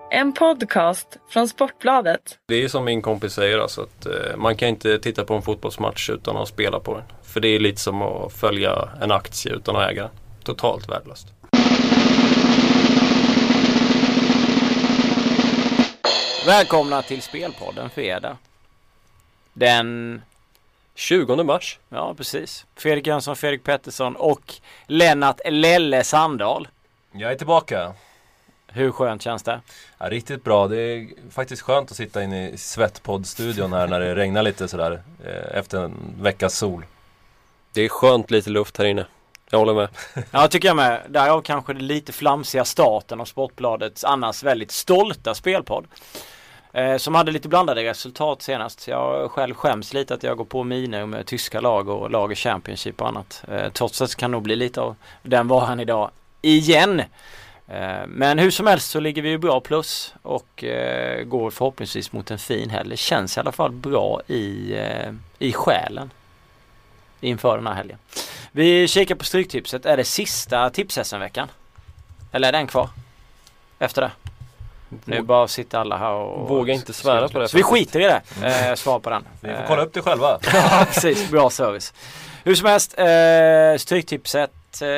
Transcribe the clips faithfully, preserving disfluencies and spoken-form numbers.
En podcast från Sportbladet. Det är som min kompis säger, alltså att eh, man kan inte titta på en fotbollsmatch utan att spela på den. För det är lite som att följa en aktie utan att äga den. Totalt värdelöst. Välkomna till Spelpodden fredag. Den tjugonde mars. Ja, precis. Fredrik Jönsson, Fredrik Pettersson och Lennart Lelle Sandahl. Jag är tillbaka. Hur skönt känns det? Ja, riktigt bra. Det är faktiskt skönt att sitta inne i Svettpodd-studion här när det regnar lite sådär eh, efter en veckas sol. Det är skönt lite luft här inne. Jag håller med. Ja, tycker jag med. Därav kanske det lite flamsiga starten av Sportbladets annars väldigt stolta spelpodd. Eh, som hade lite blandade resultat senast. Jag själv skäms lite att jag går på miner med tyska lag och lag i Championship och annat. Eh, trots att det kan nog bli lite av den varan idag igen. Men hur som helst så ligger vi ju bra plus och eh, går förhoppningsvis mot en fin helg. Det känns i alla fall bra i, eh, i själen inför den här helgen. Vi kikar på Stryktipset. Är det sista tips-S M-veckan? Eller är den kvar? Efter det? Nu bara sitter alla här och... Vågar inte svära på det. Så vi skiter i det. Eh, svar på den. Vi får kolla upp det själva. Ja, precis. Bra service. Hur som helst, eh, Stryktipset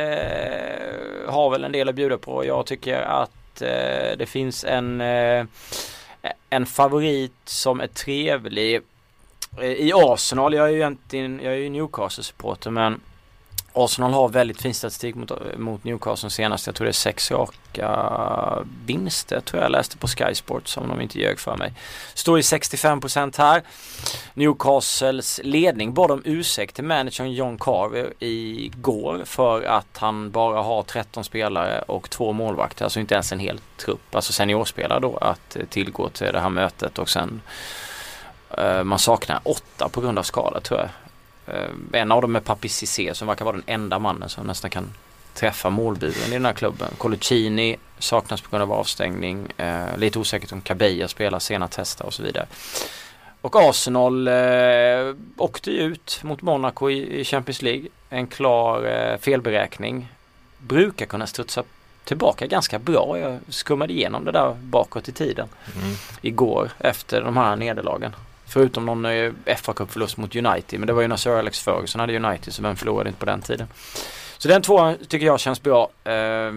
Eh, har väl en del att bjuda på. Jag tycker att eh, det finns en eh, en favorit som är trevlig eh, i Arsenal. Jag är ju egentligen jag är ju Newcastle-supporter, men Arsenal har väldigt fin statistik mot, mot Newcastle senast. Jag tror det är sex raka vinster, tror jag läste på Sky Sports, om de inte ljög för mig. Står i sextiofem procent här. Newcastles ledning bad om ursäkt till managern John Carver igår för att han bara har tretton spelare och två målvakter, alltså inte ens en hel trupp, alltså seniorspelare då, att tillgå till det här mötet. Och sen uh, man saknar åtta på grund av skada, tror jag. En av dem är Papi Cissé, som verkar vara den enda mannen som nästan kan träffa målburen i den här klubben. Coloccini saknas på grund av avstängning. Eh, lite osäkert om Cabella spelar sena tester och så vidare. Och Arsenal eh, åkte ut mot Monaco i, i Champions League. En klar eh, felberäkning. Brukar kunna studsa tillbaka ganska bra. Jag skummade igenom det där bakåt i tiden. Mm. Igår efter de här nederlagen. Förutom någon eh, F A-cupförlust mot United. Men det var ju när Sir Alex Ferguson hade United, så vem förlorade inte på den tiden. Så den två tycker jag känns bra. Eh,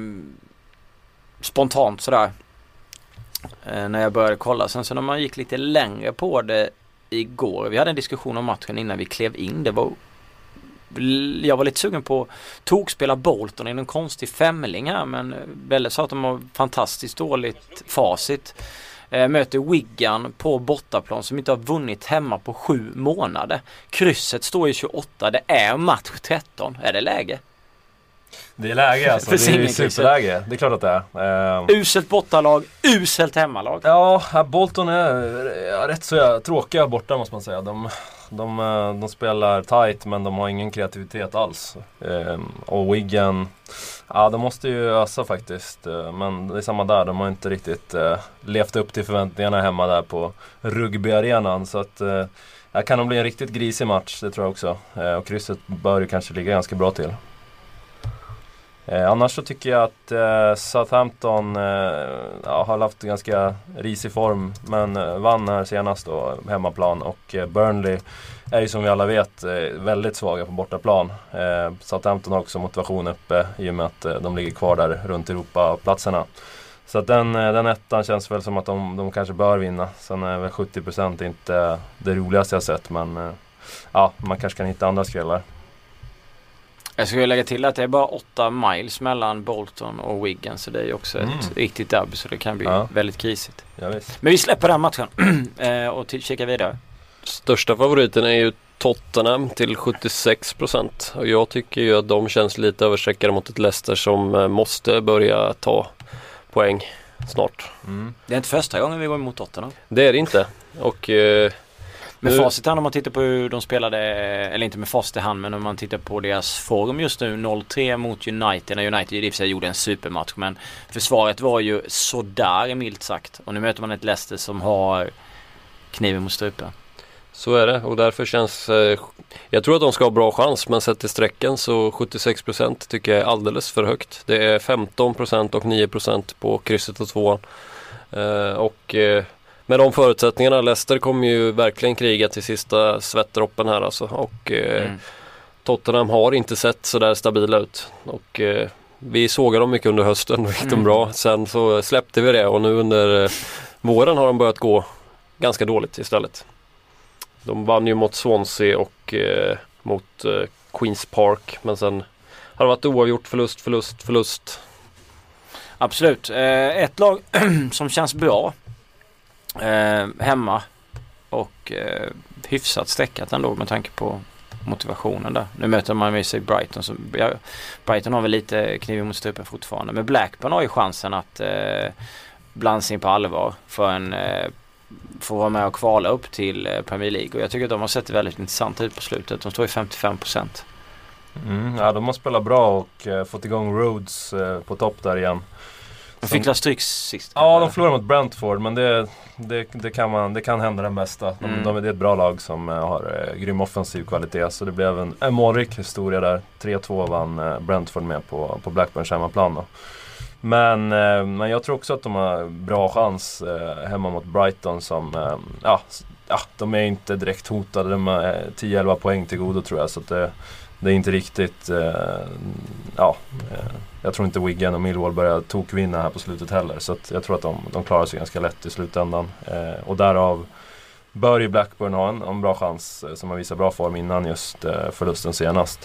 spontant sådär. Eh, när jag började kolla. Sen så när man gick lite längre på det igår. Vi hade en diskussion om matchen innan vi klev in. Det var, jag var lite sugen på tog spela Bolton i någon konstig femling här. Men Belle sa att de har fantastiskt dåligt facit. Möter Wigan på bortaplan som inte har vunnit hemma på sju månader. Krysset står i tjugoåtta. Det är match tretton. Är det läge? Det är läge alltså. Det är superläge. Det är klart att det är. Uh... Uselt bortalag, uselt hemmalag. Ja, Bolton är rätt så tråkiga borta, måste man säga. De, de, de spelar tight, men de har ingen kreativitet alls. Uh, och Wigan... Ja, de måste ju ösa faktiskt. Men det är samma där. De har inte riktigt uh, levt upp till förväntningarna hemma där på rugbyarenan. Så att uh, det kan nog bli en riktigt grisig match, det tror jag också. Uh, och krysset bör ju kanske ligga ganska bra till. Uh, annars så tycker jag att uh, Southampton uh, ja, har haft ganska risig form. Men uh, vann här senast då, hemmaplan. Och uh, Burnley är ju som vi alla vet väldigt svaga på bortaplan. Eh, Southampton har också motivation uppe i och med att eh, de ligger kvar där runt Europa-platserna. Så att den, den ettan känns väl som att de, de kanske bör vinna. Sen är väl sjuttio procent inte det roligaste jag sett, men eh, ja, man kanske kan hitta andra skrällar. Jag skulle lägga till att det är bara åtta miles mellan Bolton och Wigan, så det är ju också mm. ett riktigt derby, så det kan bli ja. väldigt krisigt. Ja, visst. Men vi släpper den matchen eh, och till, kikar vidare. Största favoriten är ju Tottenham till sjuttiosex procent. Och jag tycker ju att de känns lite översträckade mot ett Leicester som måste börja ta poäng snart. Mm. Det är inte första gången vi går emot Tottenham. Det är det inte. Och... Eh, med facit hand, om man tittar på hur de spelade, eller inte med facit i hand, men om man tittar på deras form just nu, noll tre mot United, när United i och för sig gjorde en supermatch, men försvaret var ju sådär milt sagt. Och nu möter man ett Leicester som har kniven mot strupen. Så är det, och därför känns eh, jag tror att de ska ha bra chans, men sett till sträcken så sjuttiosex procent tycker jag är alldeles för högt. Det är femton procent och nio procent på krysset och tvåan. Eh, och eh, med de förutsättningarna, Leicester kommer ju verkligen kriga till sista svettdroppen här alltså. Och eh, mm. Tottenham har inte sett så där stabila ut. Och eh, vi sågade dem mycket under hösten och gick mm. de bra. Sen så släppte vi det och nu under eh, våren har de börjat gå ganska dåligt istället. De vann ju mot Swansea och eh, mot eh, Queens Park, men sen har det varit oavgjort, förlust, förlust, förlust. Absolut. Eh, ett lag som känns bra eh, hemma och eh, hyfsat stäckat ändå med tanke på motivationen där. Nu möter man med sig Brighton. Så, ja, Brighton har väl lite kniv mot strupen fortfarande. Men Blackburn har ju chansen att eh, blanda sig in på allvar för en eh, få vara med och kvala upp till eh, Premier League. Och jag tycker att de har sett väldigt intressant ut på slutet. De står i femtiofem procent. Mm, ja, de har spelat bra och eh, fått igång Rhodes eh, på topp där igen. De fick la stryk sist. Ja, de förlorade mot Brentford, men det, det, det, kan man, det kan hända den bästa. De, Mm. de, det är ett bra lag som uh, har uh, grym offensiv kvalitet, så det blev en, en målrik historia där. tre två vann uh, Brentford med på, på Blackburns hemmaplan då. Men, uh, men jag tror också att de har bra chans uh, hemma mot Brighton som, uh, ja, ja, de är inte direkt hotade. De har tio elva poäng till godo tror jag, så att det, det är inte riktigt, uh, ja... Uh, Jag tror inte Wigan och Millwall börjar tokvinna här på slutet heller. Så att jag tror att de, de klarar sig ganska lätt i slutändan. Eh, och därav bör ju Blackburn ha en, en bra chans eh, som har visat bra form innan just eh, förlusten senast.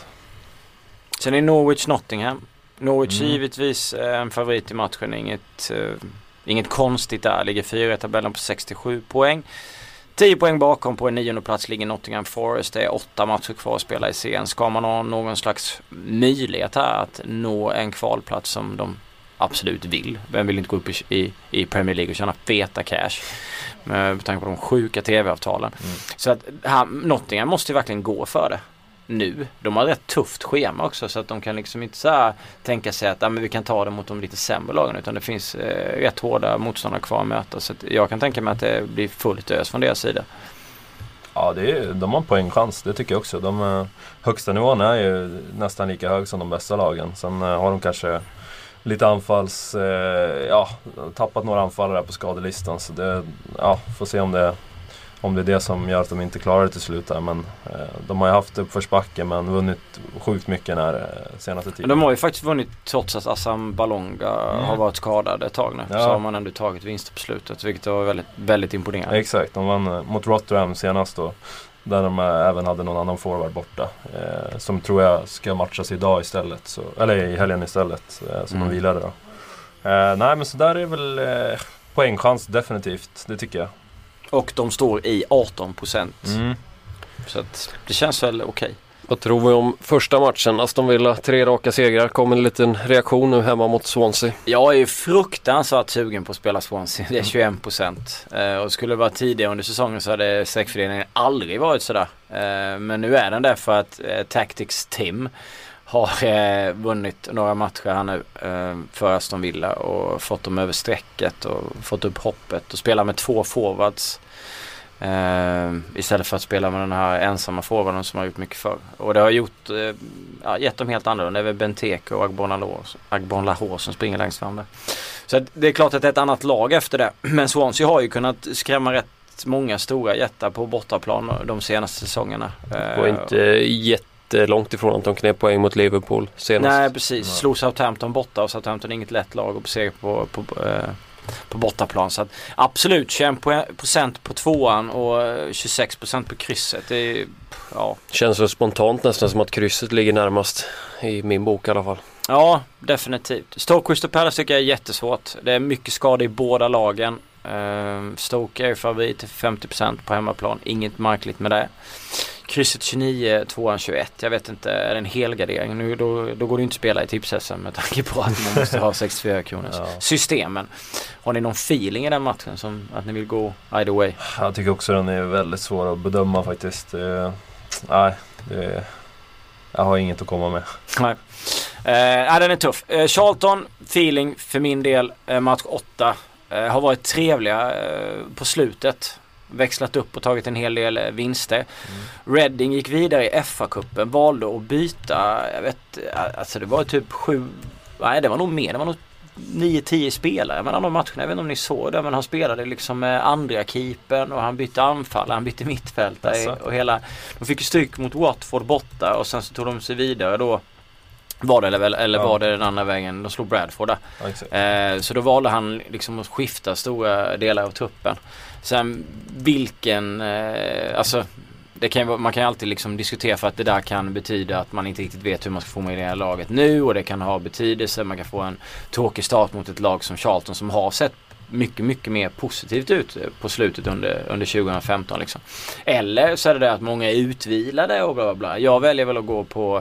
Sen är Norwich Nottingham. Norwich Mm. givetvis eh, en favorit i matchen. Inget, eh, inget konstigt där. Ligger fyra i tabellen på sextiosju poäng. tio poäng bakom på en nionde plats ligger Nottingham Forest. Det är åtta matcher kvar att spela i serien. Ska man ha någon slags möjlighet här att nå en kvalplats som de absolut vill. Vem vill inte gå upp i, i, i Premier League och tjäna feta cash med tanke på de sjuka tv-avtalen. Mm. Så att här, Nottingham måste ju verkligen gå för det nu. De har ett tufft schema också, så att de kan liksom inte så här tänka sig att ah, men vi kan ta det mot de lite sämre lagen, utan det finns eh, rätt hårda motståndare kvar att möta. Så att jag kan tänka mig att det blir fullt ös från deras sida. Ja, det är, de har en poängchans, det tycker jag också. De eh, högsta nivån är ju nästan lika hög som de bästa lagen. Sen eh, har de kanske lite anfalls, eh, ja, tappat några anfallare på skadelistan, så det, ja, får se om det om det är det som gör att de inte klarar det till slut här. Men eh, de har ju haft uppförsbacke men vunnit sjukt mycket när eh, senaste tiden. De har ju faktiskt vunnit trots att Assam Balonga mm. har varit skadad ett tag nu. Ja. Så har man ändå tagit vinster på slutet, vilket var väldigt, väldigt imponerande. Exakt, de vann eh, mot Rotterdam senast då, där de eh, även hade någon annan forward borta eh, som tror jag ska matchas idag istället, så, eller i helgen istället eh, som mm. de vilade då. Eh, nej men så där är väl eh, poängchans definitivt, det tycker jag. Och de står i arton procent. Mm. Så att det känns väl okej. Okay. Vad tror vi om första matchen? Aston Villa, tre raka segrar. Kommer en liten reaktion nu hemma mot Swansea? Jag är ju fruktansvärt sugen på att spela Swansea. Det är tjugoen procent. Eh, och skulle det vara tidigare under säsongen så hade sträckfördelningen aldrig varit sådär. Eh, men nu är den där för att eh, Tactics Tim har eh, vunnit några matcher här nu eh, för Aston Villa och fått dem över strecket och fått upp hoppet och spelar med två forwards eh, istället för att spela med den här ensamma forwarden som har gjort mycket för. Och det har gjort eh, ja, gett dem helt annorlunda. Det är väl Benteke och Agbon Lahore som springer längst fram där. Så det är klart att det är ett annat lag efter det. Men Swansea har ju kunnat skrämma rätt många stora jättar på bortaplan de senaste säsongerna. Eh, och inte jätte långt ifrån att de knep poäng mot Liverpool senast. Nej, precis. Slog Southampton borta och Southampton är inget lätt lag att besegra på, på, eh, på bortaplan. Så att, absolut, tjugoen procent på tvåan och tjugosex procent på krysset. Det är, ja. Känns så spontant nästan som att krysset ligger närmast i min bok i alla fall. Ja, definitivt. Stoke Crystal Palace tycker jag är jättesvårt. Det är mycket skada i båda lagen. Uh, Stoke är favorit till femtio procent på hemmaplan. Inget märkligt med det. Krysset tjugonio, tvåan tjugoett. Jag vet inte, är det en helgardering? Nu, då, då går det inte att spela i tips-S M med tanke på att man måste ha sextiofyra kronors ja. systemen. Har ni någon feeling i den matchen som att ni vill gå either way? Jag tycker också den är väldigt svår att bedöma faktiskt. Uh, nej, det, jag har inget att komma med. Nej. Uh, den är tuff. Uh, Charlton, feeling för min del, uh, match åtta. Uh, har varit trevliga uh, på slutet. Växlat upp och tagit en hel del uh, vinster. Mm. Reading gick vidare i F A-cupen, valde att byta. Jag vet, uh, alltså det var typ sju, nej det var nog mer, det var nog nio tio spelare mellan de matcherna. Jag vet inte om ni såg det, men han spelade liksom med andra keepern och han bytte anfall, han bytte mittfältare Alltså. och hela, de fick ju stryk mot Watford borta och sen så tog de sig vidare då. Var det eller, eller Ja. var det den andra vägen? De slog Bradford där. Ja, exakt. Eh, så då valde han liksom att skifta stora delar av truppen. Sen vilken, eh, alltså det kan ju, man kan ju alltid liksom diskutera för att det där kan betyda att man inte riktigt vet hur man ska formulera laget nu och det kan ha betydelse. Man kan få en tråkig start mot ett lag som Charlton som har sett mycket, mycket mer positivt ut på slutet under, under tjugo femton liksom. Eller så är det det att många är utvilade och bla bla bla. Jag väljer väl att gå på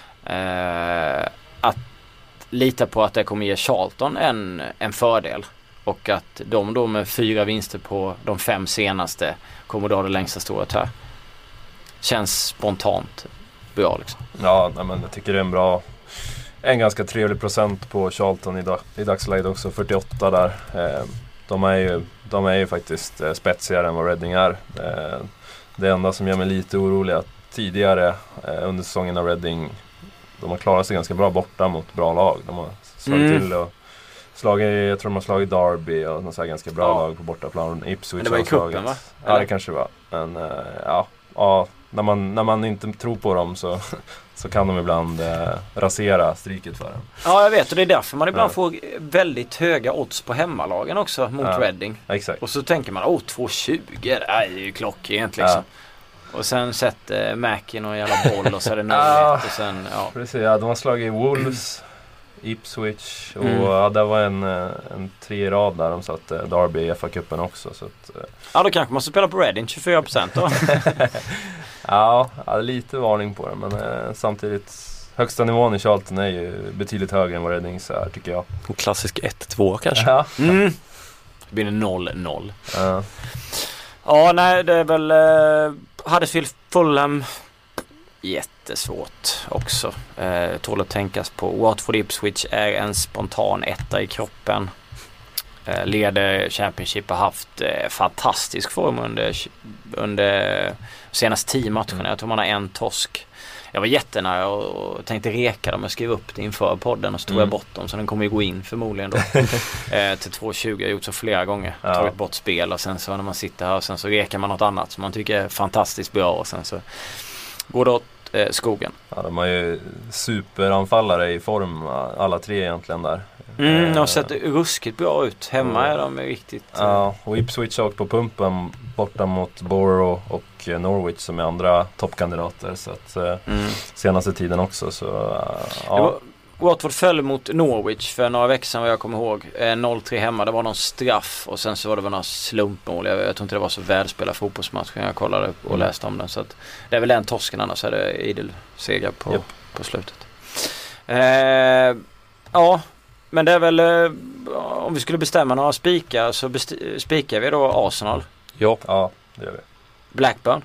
eh, att lita på att det kommer ge Charlton en, en fördel. Och att de då med fyra vinster på de fem senaste kommer då ha det längsta strået här. Känns spontant bra liksom. Ja, nej, men jag tycker det är en bra, en ganska trevlig procent på Charlton i, dag, i dagsläget också, fyrtioåtta där. Eh, de, är ju, de är ju faktiskt eh, spetsigare än vad Reading är. Eh, det enda som gör mig lite orolig är att tidigare eh, under säsongen av Reading, de har klarat sig ganska bra borta mot bra lag. De har slagit Mm. till och slagit, jag tror de har slagit Derby och något så här ganska bra Ja. lag på bortaplan. Ipswich. Men det var i har cupen, slagit. va? Ja, Eller? det kanske var. Men eh, ja, ja när, man, när man inte tror på dem så, så kan de ibland eh, rasera stryket för dem. Ja, jag vet, och det är därför man ibland Ja. får väldigt höga odds på hemmalagen också mot Ja. Reading. Ja, exakt. Och så tänker man, åh, två tjugo, det är ju klockrent liksom. Och sen sätter äh, Mackin och en jävla boll och så är det noll ett Ja. och sen, ja. Precis, ja, de har slagit Wolves, Ipswich och Mm. ja, det var en, eh, en tre i rad där de satt eh, Derby i F A-cupen också. Så att, eh, Ja, då kanske man ska spela på Reading, tjugofyra procent då. ja, ja, lite varning på det, men eh, samtidigt högsta nivån i Charlton är ju betydligt högre än vad Readings är, tycker jag. En klassisk ett två kanske. Ja, Mm. Det blir en noll noll. ja. Ja, nej, det är väl eh, Huddersfield Fulham jättesvårt också. Eh, tål att tänkas på. Watford Ipswich är en spontan etta i kroppen. Eh, leder Championship, har haft eh, fantastisk form under, under senaste tio matcherna. Jag tror man har en torsk. Jag var jättenära och, och tänkte reka dem och skriva upp det inför podden och så tog Mm. jag bort dem, så den kommer ju gå in förmodligen då eh, till två tjugo. Jag har gjort så flera gånger, Ja. tagit bort spel och sen så när man sitter här och sen så rekar man något annat som man tycker är fantastiskt bra och sen så går det åt eh, skogen. Ja, de har ju superanfallare i form, alla tre egentligen där. Mm, de har Eh, sett ruskigt bra ut. Hemma Mm. är de riktigt... eh, Ja, och Ipswich har åkt på pumpen borta mot Borough och eh, Norwich som är andra toppkandidater, så att eh, Mm. senaste tiden också, så eh, Det ja. var, Watford föll mot Norwich för några veckor sedan vad jag kommer ihåg. Eh, noll tre hemma, det var någon straff och sen så var det väl några slumpmål. Jag, jag tror inte det var så välspelad fotbollsmatch när jag kollade och Mm. läste om den. Så att det är väl den torsken, annars är det idel seger på, Japp. på slutet. Eh, ja, men det är väl eh, om vi skulle bestämma några spikar så besti- spikar vi då Arsenal, Ja, Ja, det gör vi. Blackburn.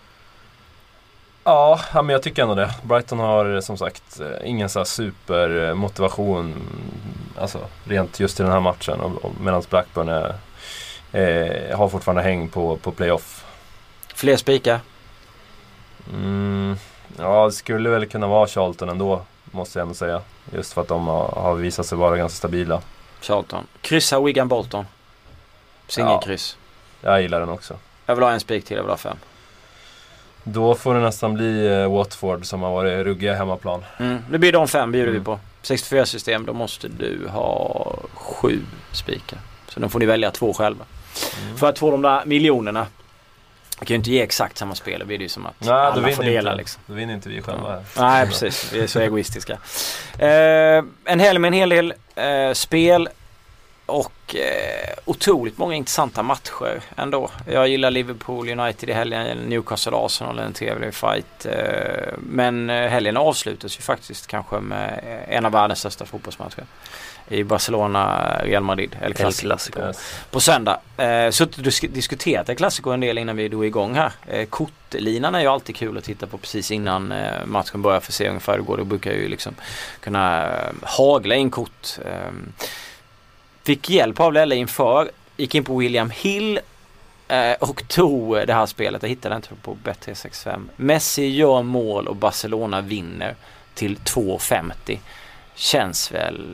Ja, ja, men jag tycker ändå det. Brighton har som sagt eh, ingen så här supermotivation, alltså rent just i den här matchen, och, och medan Blackburn är, eh, har fortfarande häng på, på playoff. Fler spikar. Mm, ja, det skulle väl kunna vara Charlton ändå, måste jag ändå säga. Just för att de har, har visat sig vara ganska stabila. Charlton. Kryssa Wigan Bolton. Singelkryss. Jag gillar den också. Jag vill ha en spik till, jag vill ha fem. Då får det nästan bli eh, Watford som har varit ruggiga hemmaplan. Mm. Det blir de fem bjuder Mm. vi på. sextiofyra system, då måste du ha sju spikar. Så då får ni välja två själva. Mm. För att få de där miljonerna. Jag kan ju inte ge exakt samma spel. Det blir det ju som att Nej, då alla vinner, får dela inte, liksom. då vinner inte vi själva. här. Nej, precis. Vi är så egoistiska. Eh, en helg med en hel del eh, spel och eh, otroligt många intressanta matcher ändå. Jag gillar Liverpool United i helgen, Newcastle Arsenal, en trevlig fight. Eh, men helgen avslutas ju faktiskt kanske med en av världens största fotbollsmatcher i Barcelona, Real Madrid, El Clasico. Clasico. Yes. På söndag. Eh, suttit och disk- diskuterat El Clasico en del innan vi drog igång här. Eh, kortlinan är ju alltid kul att titta på precis innan eh, matchen börjar, för att se ungefär hur det går. Då brukar jag ju liksom kunna eh, hagla in kort. Eh, fick hjälp av Lelle inför. Gick in på William Hill eh, och tog det här spelet. Jag hittade inte på Bet tre sextiofem. Messi gör mål och Barcelona vinner till två femtio. Känns väl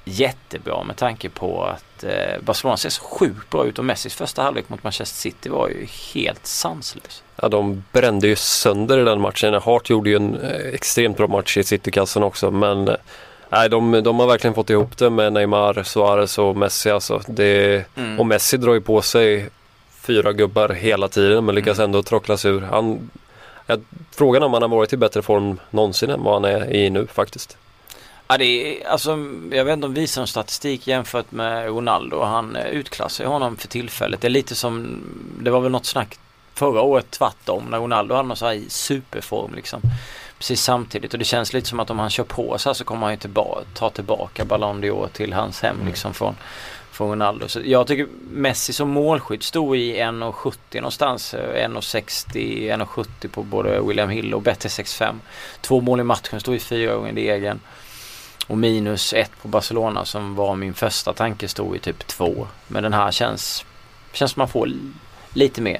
jättebra med tanke på att eh, Barcelona ser så sjukt bra ut och Messis första halvlek mot Manchester City var ju helt sanslös. Ja, de brände ju sönder i den matchen. Hart gjorde ju en eh, extremt bra match i City-kassen också, men eh, nej, de, de har verkligen fått ihop det med Neymar, Suarez och Messi. Alltså. Det, mm. Och Messi drar ju på sig fyra gubbar hela tiden men lyckas mm. ändå trocklas ur. Han, jag, frågan om han har varit i bättre form någonsin än vad han är i nu faktiskt. Ja, det är, alltså, jag vet inte om vi visar en statistik jämfört med Ronaldo. Han utklassar honom för tillfället. Det är lite som, det var väl något snack förra året tvärtom när Ronaldo hade någon så här superform liksom. Precis samtidigt och det känns lite som att om han kör på så här så kommer han ju tillbaka, ta tillbaka Ballon d'Or till hans hem mm. liksom från, från Ronaldo. Så jag tycker Messi som målskytt stod i en sjuttio någonstans, en sextio, en sjuttio på både William Hill och Betty sextiofem. Två mål i matchen, stod i fyra gånger i egen. Och minus ett på Barcelona som var min första tanke stod i typ två. Men den här känns, känns som man får lite mer.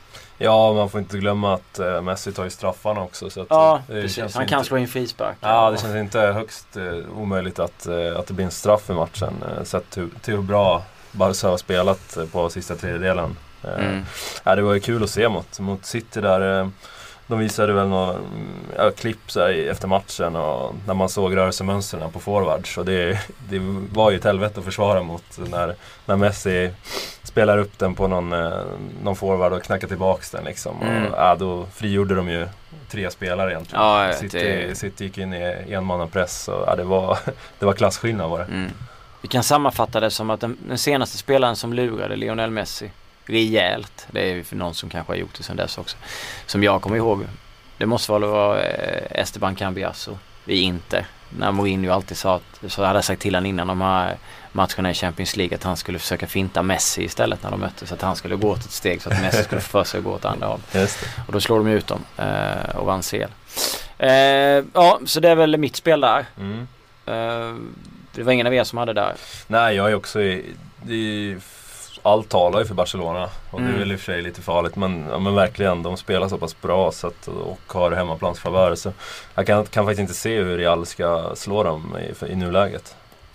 Ja, man får inte glömma att uh, Messi tar ju straffarna också. Så att, ja, det precis. Känns han inte, kan slå in frispark. Ja, det känns inte högst uh, omöjligt att, uh, att det blir en straff i matchen. Uh, sett till, till hur bra Barca har spelat uh, på sista tredjedelen. Uh, mm. ja, det var ju kul att se mot, mot City där. Uh, de visade väl några ja, klipp så här, efter matchen och när man såg rörelsemönstren på forwards. Och det, det var ju ett helvete att försvara mot när, när Messi spelar upp den på någon, någon forward och knackar tillbaks den liksom. Mm. Och, ja, då frigjorde de ju tre spelare egentligen. Ja, City, det... City gick in i enmannapress och ja, det var, det var klasskillnad var det. Mm. Vi kan sammanfatta det som att den, den senaste spelaren som lurade Lionel Messi rejält, det är ju för någon som kanske har gjort det sedan dess också, som jag kommer ihåg, det måste vara eh, Esteban Cambiasso i Inter, när Mourinho alltid sa att, så hade jag sagt till han innan de här matcherna i Champions League att han skulle försöka finta Messi istället när de möttes, så att han skulle gå åt ett steg så att Messi skulle få för sig att gå åt andra håll. Just det. Och då slår de ut dem eh, och vann C L. Eh, ja, så det är väl mitt spel där. Mm. Eh, det var ingen av er som hade där. Nej, jag är också i, i allt talar ju för Barcelona och mm. det är väl i och för sig lite farligt, men, ja, men verkligen, de spelar så pass bra så att, och har hemmaplansfavör, så jag kan, kan faktiskt inte se hur Real ska slå dem i, i nuläget.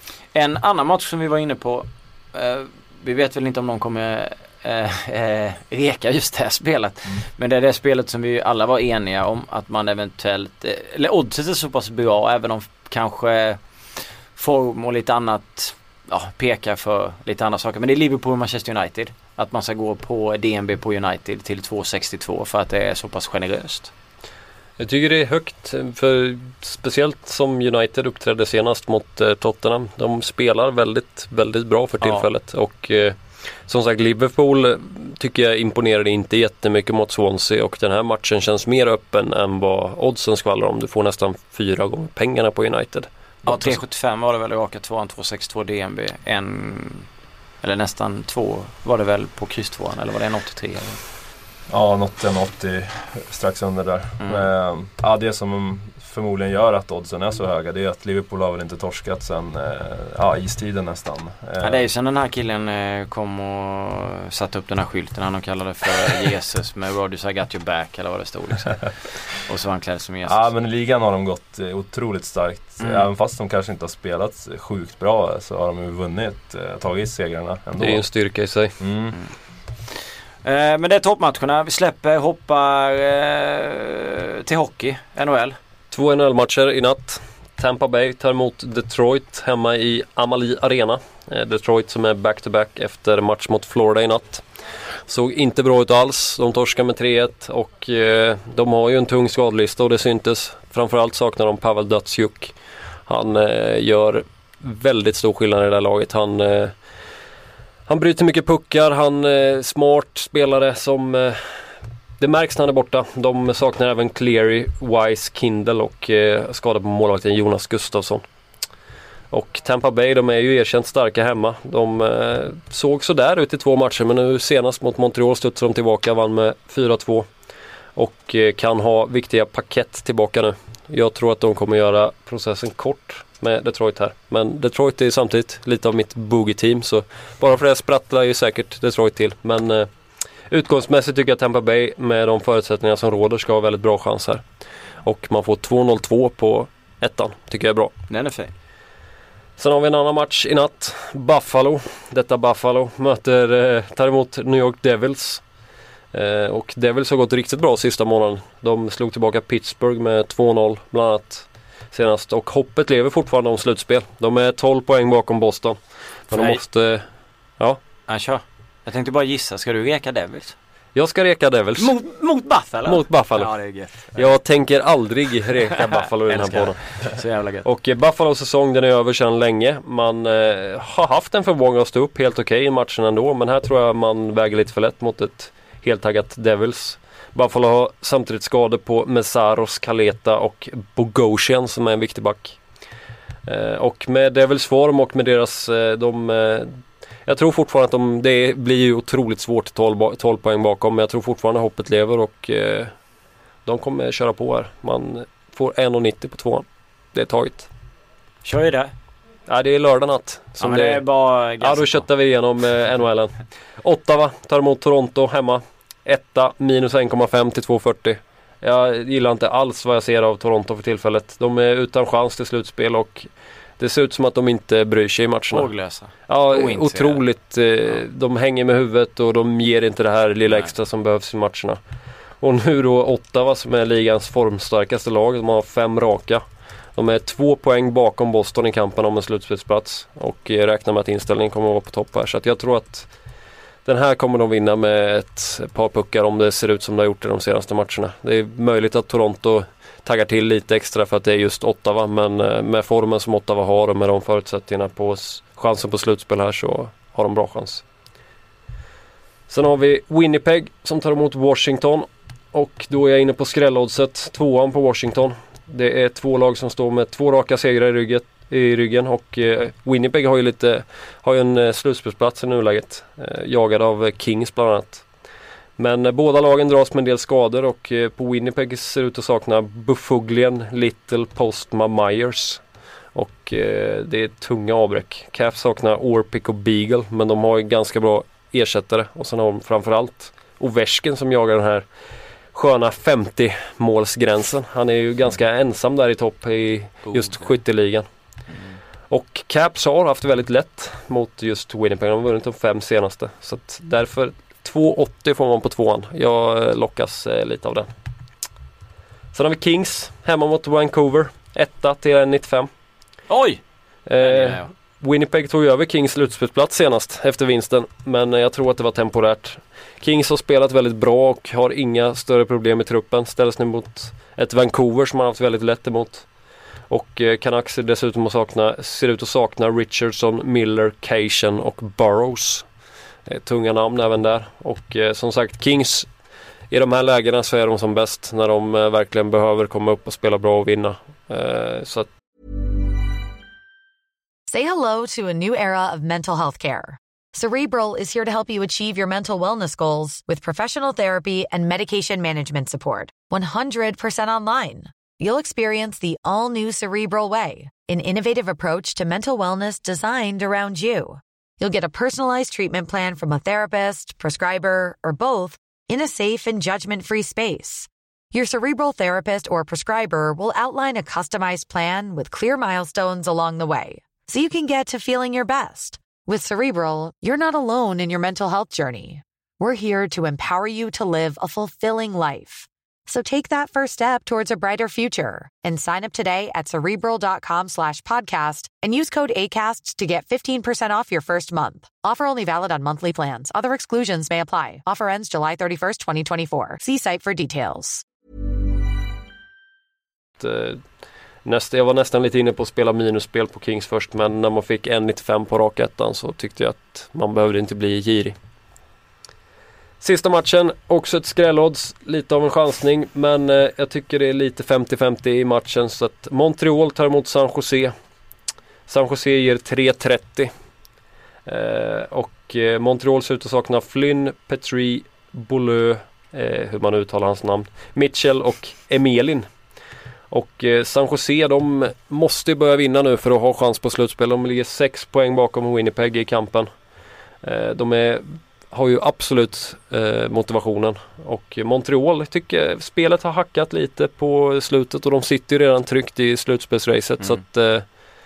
En annan match som vi var inne på, eh, vi vet väl inte om någon kommer eh, eh, reka just det här spelet, mm. men det är det spelet som vi alla var eniga om att man eventuellt, eh, eller oddset är så pass bra, även om kanske form och lite annat ja, pekar för lite andra saker. Men det är Liverpool och Manchester United. Att man ska gå på D N B på United till två sextiotvå för att det är så pass generöst. Jag tycker det är högt, för speciellt som United uppträdde senast mot eh, Tottenham. De spelar väldigt, väldigt bra för tillfället. Ja. Och eh, som sagt, Liverpool tycker jag imponerade inte jättemycket mot Swansea. Och den här matchen känns mer öppen än vad oddsen skvallrar om. Du får nästan fyra gånger pengarna på United. Ja, tre sjuttiofem var det väl raka tvåan, två sextiotvå D N B. En, eller nästan två var det väl på kryss tvåan, eller var det en åttiotre? Eller? Ja, något en åttio strax under där. Mm. Men, ja, det som förmodligen gör att oddsen är så höga, det är att Liverpool har väl inte torskat sen ja, istiden nästan. Ja, det är ju sen den här killen kom och satte upp den här skylten, han kallade för Jesus med Rodgers I got your back, eller vad det stod liksom. Och så var han klädd som Jesus. Ja, men i ligan har de gått otroligt starkt. Mm. Även fast de kanske inte har spelat sjukt bra så har de ju vunnit, tagit segrarna ändå. Det är en styrka i sig. Mm. Mm. Eh, men det är toppmatcherna. Vi släpper, hoppar eh, till hockey, N H L. Två N H L-matcher i natt. Tampa Bay tar emot Detroit hemma i Amalie Arena. Eh, Detroit som är back-to-back efter match mot Florida i natt. Såg inte bra ut alls. De torskar med tre ett och eh, de har ju en tung skadlista och det syntes. Framförallt saknar de Pavel Datsyuk. Han eh, gör väldigt stor skillnad i det här laget. Han... Eh, Han bryter mycket puckar, han är smart spelare som eh, det märks när han är borta. De saknar även Cleary, Wise, Kindle och eh, skadar på målvakten Jonas Gustafsson. Och Tampa Bay, de är ju erkänt starka hemma. De eh, såg så där ut i två matcher, men nu senast mot Montreal studsade de tillbaka, vann med fyra två och eh, kan ha viktiga paket tillbaka nu. Jag tror att de kommer göra processen kort med Detroit här. Men Detroit är samtidigt lite av mitt boogie-team, så bara för det sprattlar ju säkert Detroit till. Men eh, utgångsmässigt tycker jag att Tampa Bay med de förutsättningar som råder ska ha väldigt bra chans här. Och man får två noll två på ettan, tycker jag är bra. Den är fin. Sen har vi en annan match i natt. Buffalo. Detta Buffalo möter, eh, tar emot New York Devils. Eh, och Devils har gått riktigt bra sista månaden. De slog tillbaka Pittsburgh med två noll bland annat senast. Och hoppet lever fortfarande om slutspel. De är tolv poäng bakom Boston. Men de måste... Ja. Ja, kör. Jag tänkte bara gissa. Ska du reka Devils? Jag ska reka Devils. Mot, mot Buffalo? Mot Buffalo. Ja, det är gött. Jag tänker aldrig reka Buffalo i den här podden. Så jävla gött. Och eh, Buffalos säsong, den är över sedan länge. Man eh, har haft en förmåga att stå upp helt okej okay i matchen ändå. Men här tror jag man väger lite för lätt mot ett helt taggat Devils. Buffalo har samtidigt skador på Messaros, Kaleta och Bogosian som är en viktig back. Eh, och med Devils form och med deras... Eh, de, eh, jag tror fortfarande att de, det blir ju otroligt svårt tolv, tolv poäng bakom. Men jag tror fortfarande hoppet lever och eh, de kommer köra på här. Man får en nittio på tvåan. Det är taget. Kör ju det. Ja, det är lördag natt. Som ja, det är bara ja, då köttar vi igenom eh, N H L. Ottawa tar emot Toronto hemma. Etta minus en komma fem till två fyrtio. Jag gillar inte alls vad jag ser av Toronto för tillfället. De är utan chans till slutspel och det ser ut som att de inte bryr sig i matcherna. Håglösa. Ja, otroligt. Eh, ja. De hänger med huvudet och de ger inte det här lilla extra Nej. som behövs i matcherna. Och nu då Ottawa som är ligans formstarkaste lag. De har fem raka. De är två poäng bakom Boston i kampen om en slutspelsplats. Och eh, räknar med att inställningen kommer att vara på topp här. Så att jag tror att den här kommer de vinna med ett par puckar om det ser ut som det har gjort i de senaste matcherna. Det är möjligt att Toronto taggar till lite extra för att det är just Ottawa. Men med formen som Ottawa har och med de förutsättningarna på chansen på slutspel här så har de bra chans. Sen har vi Winnipeg som tar emot Washington. Och då är jag inne på skrällodset. Tvåan på Washington. Det är två lag som står med två raka segrar i ryggen. i ryggen och eh, Winnipeg har ju lite har ju en eh, slutspelsplats i nuläget eh, jagad av eh, Kings bland annat. Men eh, båda lagen dras med en del skador och eh, på Winnipeg ser ut att sakna Buffuglen, Little, Postma, Myers och eh, det är tunga avbräck. Caps saknar Orpik och Beagle men de har ju ganska bra ersättare och sen har de framförallt Ovechkin som jagar den här sköna femtio-målsgränsen. Han är ju ganska ensam där i topp i just skytteligan. Mm. Och Caps har haft väldigt lätt mot just Winnipeg. De har vunnit de fem senaste. Så att därför två åttio får man på tvåan. Jag lockas eh, lite av det. Sen har vi Kings hemma mot Vancouver. Etta till en nittiofem. Oj! Eh, ja, ja, ja. Winnipeg tog över Kings slutspelsplats senast efter vinsten. Men jag tror att det var temporärt. Kings har spelat väldigt bra och har inga större problem i truppen. Ställs nu mot ett Vancouver som har haft väldigt lätt emot. Och eh, Canucks ser dessutom att sakna, ser ut att sakna Richardson, Miller, Cation och Burrows. Eh, tunga namn även där. Och eh, som sagt, Kings i de här lägena så är de som bäst när de eh, verkligen behöver komma upp och spela bra och vinna. Eh, så att... Say hello to a new era of mental health care. Cerebral is here to help you achieve your mental wellness goals with professional therapy and medication management support. one hundred percent online. You'll experience the all-new Cerebral Way, an innovative approach to mental wellness designed around you. You'll get a personalized treatment plan from a therapist, prescriber, or both in a safe and judgment-free space. Your Cerebral therapist or prescriber will outline a customized plan with clear milestones along the way, so you can get to feeling your best. With Cerebral, you're not alone in your mental health journey. We're here to empower you to live a fulfilling life. So take that first step towards a brighter future and sign up today at Cerebral.com slash podcast and use code ACAST to get fifteen percent off your first month. Offer only valid on monthly plans. Other exclusions may apply. Offer ends July thirty-first, twenty twenty-four. See site for details. Uh. Nästa, jag var nästan lite inne på att spela minusspel på Kings först, men när man fick en nittiofem på rakettan så tyckte jag att man behövde inte bli girig. Sista matchen, också ett skrällodds, lite av en chansning, men eh, jag tycker det är lite femtio femtio i matchen så att Montreal tar emot San Jose. San Jose ger tre trettio eh, och eh, Montreal ser ut att sakna Flynn, Petrie, Beaulieu, eh, hur man uttalar hans namn, Mitchell och Emelin. Och eh, San Jose, de måste börja vinna nu för att ha chans på slutspel. De ligger sex poäng bakom Winnipeg i kampen. Eh, de är, har ju absolut eh, motivationen. Och Montreal tycker spelet har hackat lite på slutet och de sitter ju redan tryckt i slutspelsracet. Mm. Så att eh,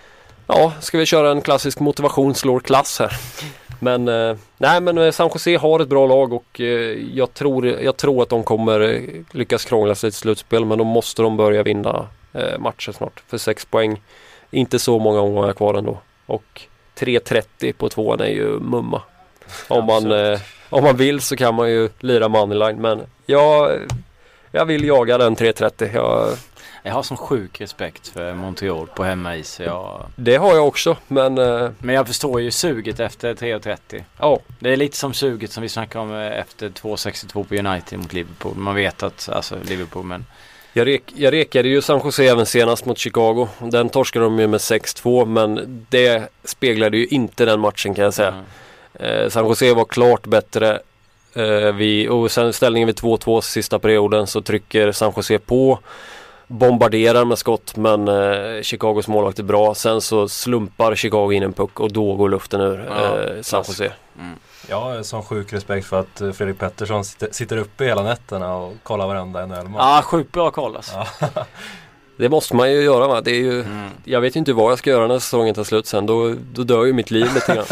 ja, ska vi köra en klassisk motivation slår klass här. Men eh, nej men San Jose har ett bra lag och eh, jag, tror, jag tror att de kommer lyckas krångla sig till slutspel, men då måste de börja vinna eh, matcher snart för sex poäng. Inte så många omgångar kvar ändå. Och tre trettio på tvåan är ju mumma. Om man, eh, om man vill så kan man ju lira moneyline, men jag, jag vill jaga den tre trettio. Jag, Jag har sån sjuk respekt för Montreal på hemmais. Jag... Det har jag också, men... Eh... Men jag förstår ju suget efter tre trettio. Ja. Det är lite som suget som vi snackade om efter två sextiotvå på United mot Liverpool. Man vet att, alltså Liverpool, men... Jag, rek, jag rekade ju San Jose även senast mot Chicago. Den torskade de ju med sex två, men det speglade ju inte den matchen kan jag säga. Mm. Eh, San Jose var klart bättre. Eh, vi, och sen ställningen vid två två sista perioden så trycker San Jose på. Bombarderar med skott, men eh, Chicagos målvakt är bra. Sen så slumpar Chicago in en puck och då går luften ur ja, eh, San Jose. Mm. Jag har sån sjuk respekt för att Fredrik Pettersson sitter, sitter uppe hela nätterna och kollar varenda N H L-match. Ja, sjukt bra koll alltså. Ja. Det måste man ju göra, va? Det är ju, mm. Jag vet ju inte vad jag ska göra när säsongen tar slut sen. Då, då dör ju mitt liv lite grann.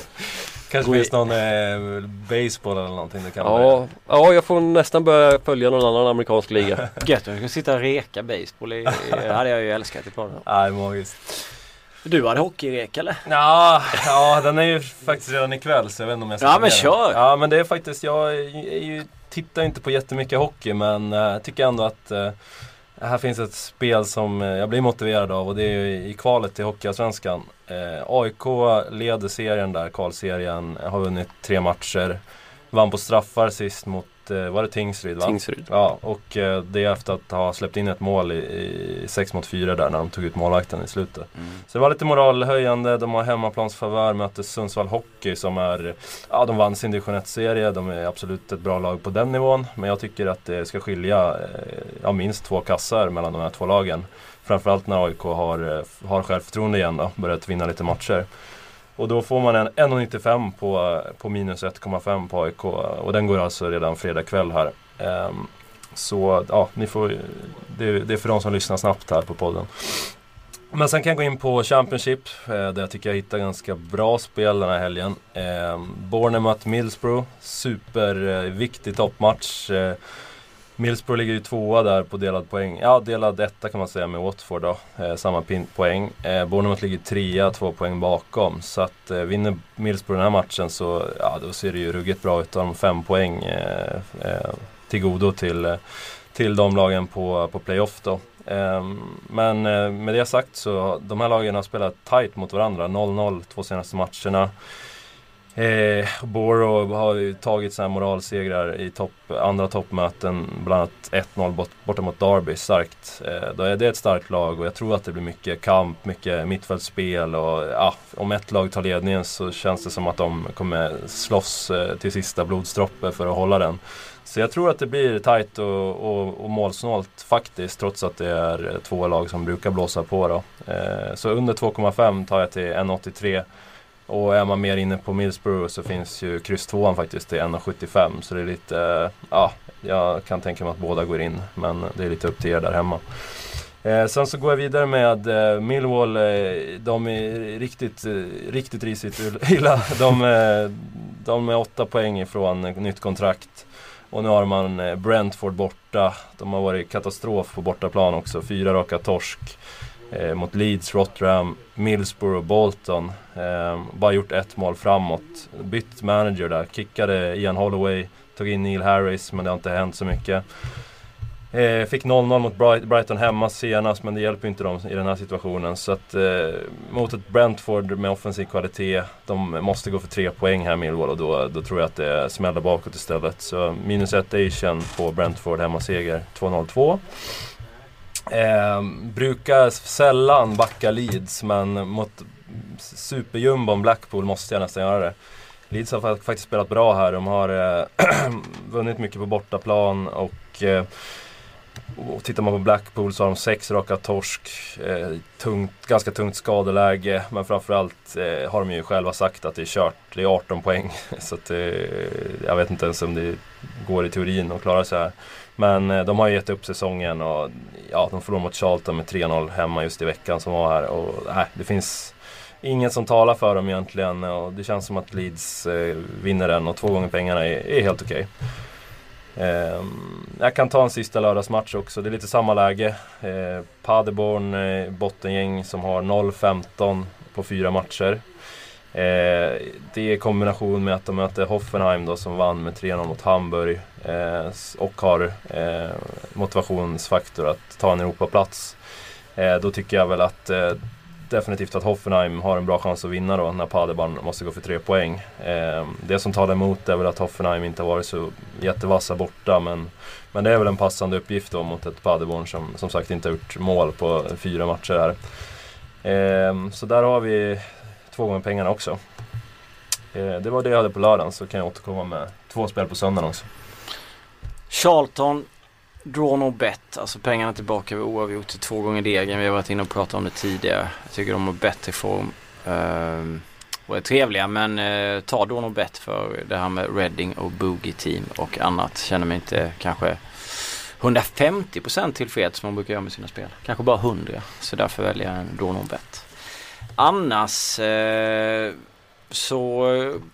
Kanske finns någon eh, baseball eller någonting du kan ja, ja, jag får nästan börja följa någon annan amerikansk liga. Gött, jag kan sitta och reka baseball. I, det hade jag ju älskat i podden. Nej, magiskt. Du hade hockeyrek eller? Ja, ja, den är ju faktiskt redan ikväll så jag vet inte om jag ska Ja, men kör! Ja, men det är faktiskt, jag är ju, tittar inte på jättemycket hockey, men jag uh, tycker ändå att uh, här finns ett spel som uh, jag blir motiverad av, och det är ju i kvalet till Hockeyallsvenskan. Uh, A I K leder serien där, kvalserien, har vunnit tre matcher. Vann på straffar sist mot, uh, var det Tingsryd va? Tingsryd. Ja, och uh, det är efter att ha släppt in ett mål i, i sex mot fyra där när de tog ut målvakten i slutet. Mm. Så det var lite moralhöjande, de har hemmaplansfavör, möter Sundsvall Hockey som är, ja de vann sin division ett-serie, de är absolut ett bra lag på den nivån. Men jag tycker att det ska skilja uh, ja, minst två kassar mellan de här två lagen. Framförallt när A I K har, har självförtroende igen då, börjat vinna lite matcher. Och då får man en ett komma nittiofem på, på minus ett komma fem på A I K. Och den går alltså redan fredag kväll här. Um, så ja, ni får, det, det är för de som lyssnar snabbt här på podden. Men sen kan jag gå in på Championship, eh, där jag tycker jag hittar ganska bra spel den här helgen. Eh, Bournemouth Middlesbrough, superviktig eh, toppmatch. Eh, Middlesbrough ligger ju tvåa där på delad poäng. Ja, delad etta kan man säga med Watford då. Eh, samma pin- poäng. Eh, Bournemouth ligger trea, två poäng bakom. Så att eh, vinner Middlesbrough den här matchen så ja, då ser det ju ruggigt bra ut. De fem poäng eh, eh, till godo till, eh, till de lagen på, på playoff då. Eh, men eh, med det sagt så de här lagen har spelat tight mot varandra. noll noll två senaste matcherna. Eh, Borough har ju tagit såna här moralsegrar i topp, andra toppmöten, bland annat ett noll bort, borta mot Derby, starkt. Eh, då är det ett starkt lag och jag tror att det blir mycket kamp, mycket mittfältsspel och ja, om ett lag tar ledningen så känns det som att de kommer slåss eh, till sista blodsdroppe för att hålla den. Så jag tror att det blir tajt och, och, och målsnålt faktiskt, trots att det är två lag som brukar blåsa på då. Eh, så under två komma fem tar jag till ett komma åttiotre. Och är man mer inne på Middlesbrough så finns ju kryss tvåan faktiskt till ett komma sjuttiofem. Så det är lite, ja, jag kan tänka mig att båda går in. Men det är lite upp till er där hemma. Eh, sen så går jag vidare med eh, Millwall. Eh, de är riktigt, eh, riktigt risigt illa. De, eh, de är åtta poäng ifrån eh, nytt kontrakt. Och nu har man eh, Brentford borta. De har varit katastrof på bortaplan också. Fyra raka torsk. Eh, mot Leeds, Rotherham, Middlesbrough och Bolton. Eh, bara gjort ett mål framåt. Bytt manager där. Kickade Ian Holloway. Tog in Neil Harris, men det har inte hänt så mycket. Eh, fick noll noll mot Bright- Brighton hemma senast, men det hjälper inte dem i den här situationen. Så att eh, mot ett Brentford med offensiv kvalitet, de måste gå för tre poäng här Millwall, och då, då tror jag att det smäller bakåt istället. Så minus ett Asian på Brentford hemmaseger två noll två. Eh, brukar sällan backa Leeds, men mot superjumbon Blackpool måste jag nästan göra det. Leeds har faktiskt spelat bra här. De har eh, vunnit mycket på bortaplan och, eh, och tittar man på Blackpool så har de sex raka torsk, eh, tungt, ganska tungt skadeläge, men framförallt eh, har de ju själva sagt att det är kört. Det är arton poäng så att, eh, jag vet inte ens om det går i teorin att klara sig här. Men eh, de har ju gett upp säsongen och ja, de förlorade mot Charlton med tre noll hemma just i veckan som var här. Och nej, det finns inget som talar för dem egentligen. Och det känns som att Leeds eh, vinner den och två gånger pengarna är, är helt okej. Eh, jag kan ta en sista lördagsmatch också. Det är lite samma läge. Eh, Paderborn, eh, bottengäng som har noll femton på fyra matcher. Eh, det är i kombination med att de möter Hoffenheim då, som vann med tre noll mot Hamburg eh, och har eh, motivationsfaktor att ta en Europaplats. Eh, då tycker jag väl att eh, definitivt att Hoffenheim har en bra chans att vinna då, när Paderborn måste gå för tre poäng. Eh, det som talar emot är väl att Hoffenheim inte har varit så jättevassa borta, men, men det är väl en passande uppgift då mot ett Paderborn som som sagt inte har gjort mål på fyra matcher här. Eh, så där har vi två gånger pengarna också. Eh, det var det jag hade på lördagen, så kan jag återkomma med två spel på söndagen också. Charlton, draw no bet. Alltså pengarna tillbaka vid oavgjort till två gånger degen. Vi har varit inne och pratat om det tidigare. Jag tycker de har bättre form. Uh, och är trevliga, men uh, ta draw no bet för det här med Reading och Boogie Team och annat. Känner mig inte kanske hundrafemtio procent tillfreds som man brukar göra med sina spel. Kanske bara hundra. Så därför väljer jag en draw no bet. Annars eh, så